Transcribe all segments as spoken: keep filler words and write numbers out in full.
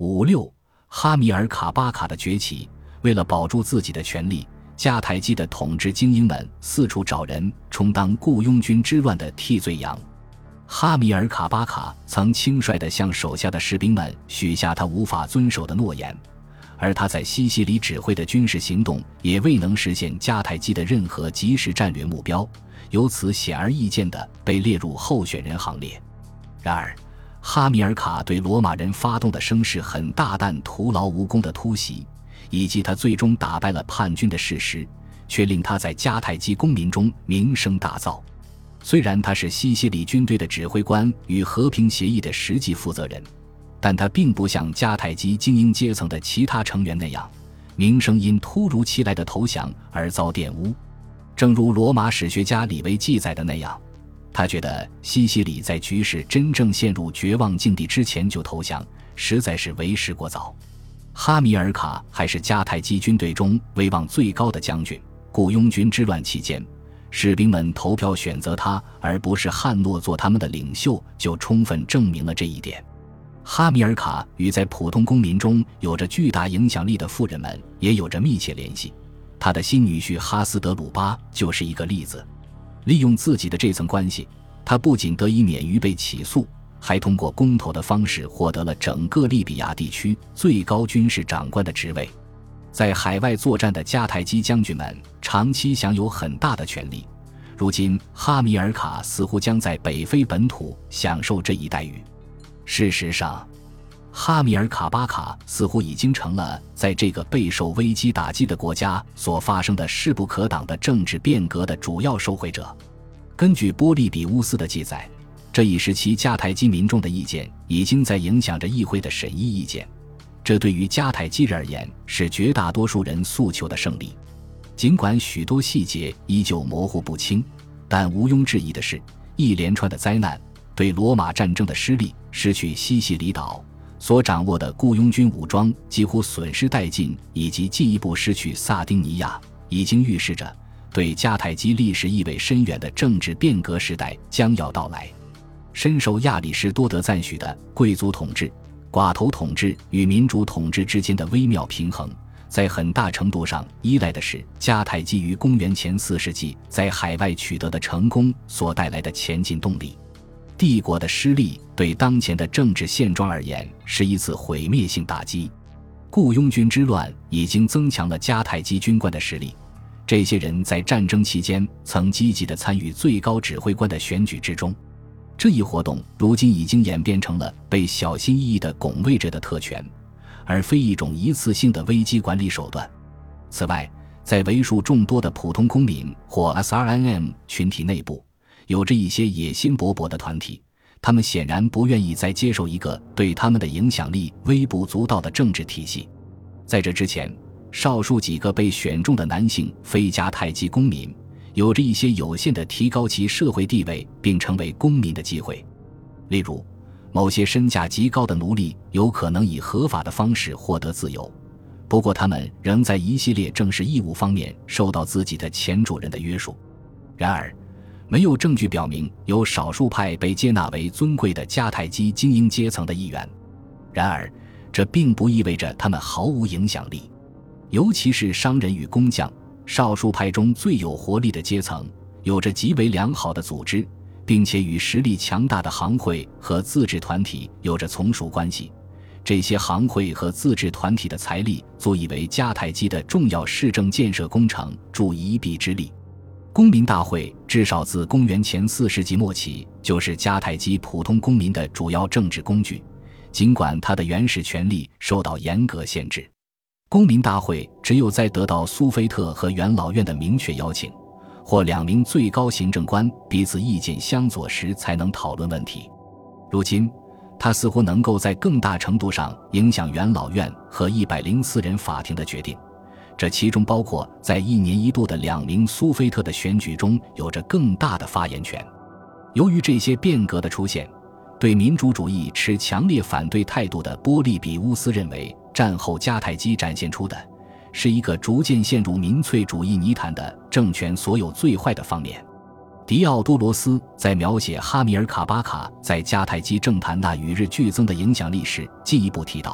五六哈米尔卡巴卡的崛起，为了保住自己的权利，迦太基的统治精英们四处找人充当雇佣军之乱的替罪羊。哈米尔卡巴卡曾轻率地向手下的士兵们许下他无法遵守的诺言，而他在西西里指挥的军事行动也未能实现迦太基的任何即时战略目标，由此显而易见地被列入候选人行列。然而哈米尔卡对罗马人发动的声势很大但徒劳无功的突袭，以及他最终打败了叛军的事实，却令他在迦太基公民中名声大噪。虽然他是西西里军队的指挥官与和平协议的实际负责人，但他并不像迦太基精英阶层的其他成员那样，名声因突如其来的投降而遭玷污。正如罗马史学家李维记载的那样，他觉得西西里在局势真正陷入绝望境地之前就投降，实在是为时过早。哈米尔卡还是迦太基军队中威望最高的将军，雇佣军之乱期间，士兵们投票选择他而不是汉诺做他们的领袖，就充分证明了这一点。哈米尔卡与在普通公民中有着巨大影响力的富人们也有着密切联系，他的新女婿哈斯德鲁巴就是一个例子。利用自己的这层关系，他不仅得以免于被起诉，还通过公投的方式获得了整个利比亚地区最高军事长官的职位。在海外作战的迦太基将军们长期享有很大的权力，如今哈米尔卡似乎将在北非本土享受这一待遇。事实上，哈米尔卡巴卡似乎已经成了在这个备受危机打击的国家所发生的势不可挡的政治变革的主要受惠者。根据波利比乌斯的记载，这一时期迦太基民众的意见已经在影响着议会的审议意见，这对于迦太基人而言是绝大多数人诉求的胜利。尽管许多细节依旧模糊不清，但毋庸置疑的是，一连串的灾难对罗马战争的失利、失去西西里岛所掌握的雇佣军武装几乎损失殆尽，以及进一步失去萨丁尼亚，已经预示着对迦太基历史意味深远的政治变革时代将要到来。深受亚里士多德赞许的贵族统治、寡头统治与民主统治之间的微妙平衡，在很大程度上依赖的是迦太基于公元前四世纪在海外取得的成功所带来的前进动力。帝国的失利对当前的政治现状而言是一次毁灭性打击。雇佣军之乱已经增强了迦太基军官的实力，这些人在战争期间曾积极地参与最高指挥官的选举之中。这一活动如今已经演变成了被小心翼翼地拱卫着的特权，而非一种一次性的危机管理手段。此外，在为数众多的普通公民或 S R N M 群体内部，有着一些野心勃勃的团体，他们显然不愿意再接受一个对他们的影响力微不足道的政治体系。在这之前，少数几个被选中的男性非迦太基公民有着一些有限的提高其社会地位并成为公民的机会。例如，某些身价极高的奴隶有可能以合法的方式获得自由，不过他们仍在一系列正式义务方面受到自己的前主人的约束。然而，没有证据表明有少数派被接纳为尊贵的迦太基精英阶层的一员。然而，这并不意味着他们毫无影响力。尤其是商人与工匠，少数派中最有活力的阶层，有着极为良好的组织，并且与实力强大的行会和自治团体有着从属关系。这些行会和自治团体的财力足以为迦太基的重要市政建设工程助一臂之力。公民大会至少自公元前四世纪末起就是迦太基普通公民的主要政治工具，尽管它的原始权力受到严格限制。公民大会只有在得到苏菲特和元老院的明确邀请，或两名最高行政官彼此意见相左时才能讨论问题。如今，它似乎能够在更大程度上影响元老院和一百零四人法庭的决定，这其中包括在一年一度的两名苏菲特的选举中有着更大的发言权。由于这些变革的出现，对民主主义持强烈反对态度的波利比乌斯认为，战后迦太基展现出的是一个逐渐陷入民粹主义泥潭的政权所有最坏的方面。迪奥多罗斯在描写哈米尔卡巴卡在迦太基政坛那与日俱增的影响力时进一步提到，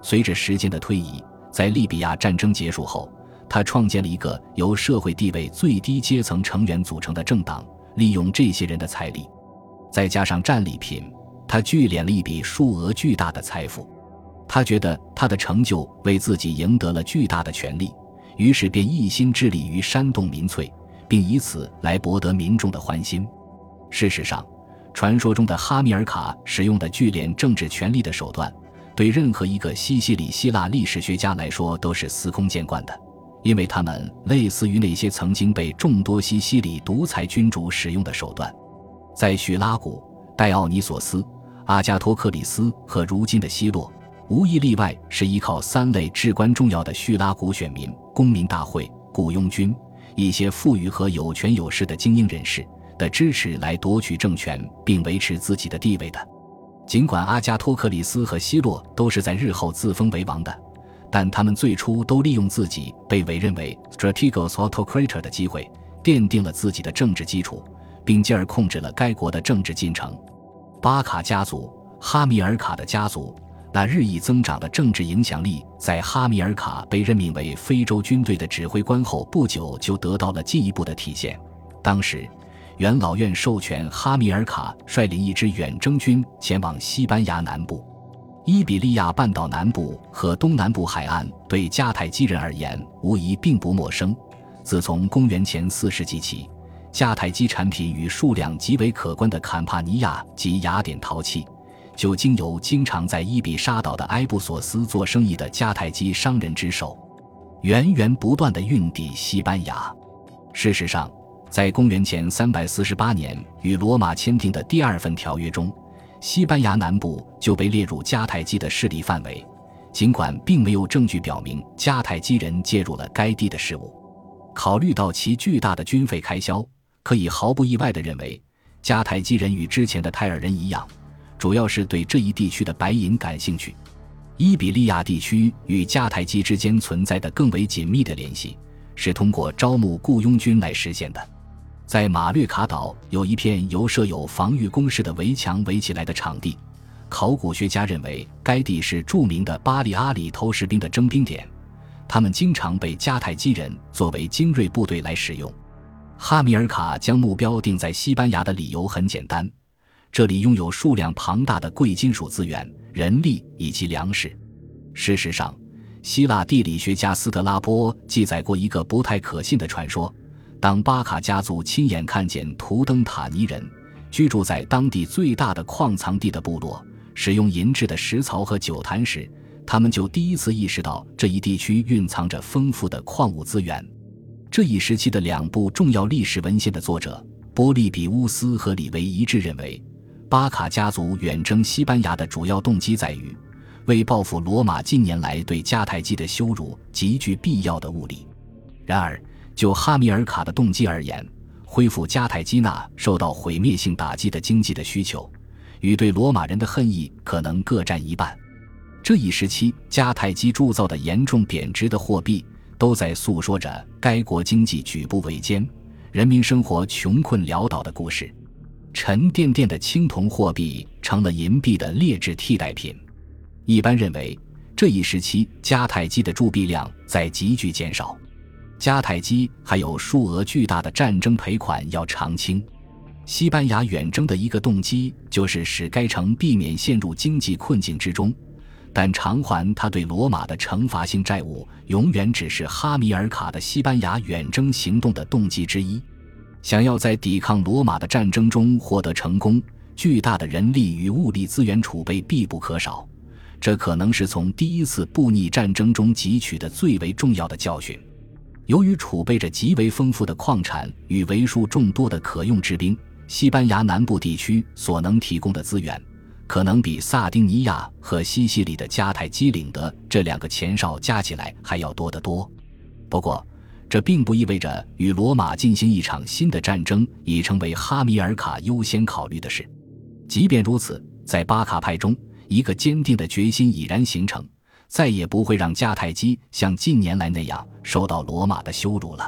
随着时间的推移，在利比亚战争结束后，他创建了一个由社会地位最低阶层成员组成的政党，利用这些人的财力，再加上战利品，他聚敛了一笔数额巨大的财富。他觉得他的成就为自己赢得了巨大的权利，于是便一心致力于煽动民粹，并以此来博得民众的欢心。事实上，传说中的哈米尔卡使用的聚敛政治权力的手段，对任何一个西西里希腊历史学家来说都是司空见惯的，因为他们类似于那些曾经被众多西西里独裁君主使用的手段。在叙拉古、戴奥尼索斯、阿加托克里斯和如今的希洛，无一例外是依靠三类至关重要的叙拉古选民、公民大会、雇佣军、一些富裕和有权有势的精英人士的支持来夺取政权并维持自己的地位的。尽管阿加托克里斯和希洛都是在日后自封为王的，但他们最初都利用自己被委任为 strategos autocrator 的机会，奠定了自己的政治基础，并进而控制了该国的政治进程。巴卡家族、哈米尔卡的家族那日益增长的政治影响力，在哈米尔卡被任命为非洲军队的指挥官后不久就得到了进一步的体现。当时元老院授权哈米尔卡率领一支远征军前往西班牙南部。伊比利亚半岛南部和东南部海岸对迦太基人而言无疑并不陌生。自从公元前四世纪起，迦太基产品与数量极为可观的坎帕尼亚及雅典陶器就经由经常在伊比沙岛的埃布索斯做生意的迦太基商人之手，源源不断地运抵西班牙。事实上，在公元前三百四十八年与罗马签订的第二份条约中，西班牙南部就被列入迦太基的势力范围，尽管并没有证据表明迦太基人介入了该地的事务。考虑到其巨大的军费开销，可以毫不意外地认为，迦太基人与之前的泰尔人一样，主要是对这一地区的白银感兴趣。伊比利亚地区与迦太基之间存在的更为紧密的联系，是通过招募雇佣军来实现的。在马略卡岛有一片由设有防御工事的围墙围起来的场地，考古学家认为该地是著名的巴里阿里投石兵的征兵点，他们经常被迦太基人作为精锐部队来使用。哈米尔卡将目标定在西班牙的理由很简单，这里拥有数量庞大的贵金属资源、人力以及粮食。事实上，希腊地理学家斯特拉波记载过一个不太可信的传说，当巴卡家族亲眼看见图登塔尼人居住在当地最大的矿藏地的部落使用银制的石槽和酒坛时，他们就第一次意识到这一地区蕴藏着丰富的矿物资源。这一时期的两部重要历史文献的作者波利比乌斯和李维一致认为，巴卡家族远征西班牙的主要动机在于为报复罗马近年来对迦太基的羞辱极具必要的物力。然而就哈米尔卡的动机而言，恢复迦太基那受到毁灭性打击的经济的需求与对罗马人的恨意可能各占一半。这一时期迦太基铸造的严重贬值的货币都在诉说着该国经济举步维艰、人民生活穷困潦倒的故事。沉甸甸的青铜货币成了银币的劣质替代品。一般认为，这一时期迦太基的铸币量在急剧减少。迦太基还有数额巨大的战争赔款要偿清。西班牙远征的一个动机就是使该城避免陷入经济困境之中，但偿还他对罗马的惩罚性债务永远只是哈米尔卡的西班牙远征行动的动机之一。想要在抵抗罗马的战争中获得成功，巨大的人力与物力资源储备必不可少，这可能是从第一次布匿战争中汲取的最为重要的教训。由于储备着极为丰富的矿产与为数众多的可用之兵，西班牙南部地区所能提供的资源可能比萨丁尼亚和西西里的迦太基领的这两个前哨加起来还要多得多。不过这并不意味着与罗马进行一场新的战争已成为哈米尔卡优先考虑的事。即便如此，在巴卡派中，一个坚定的决心已然形成，再也不会让迦太基像近年来那样受到罗马的羞辱了。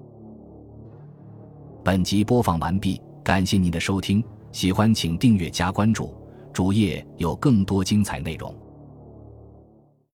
本集播放完毕，感谢您的收听，喜欢请订阅加关注，主页有更多精彩内容。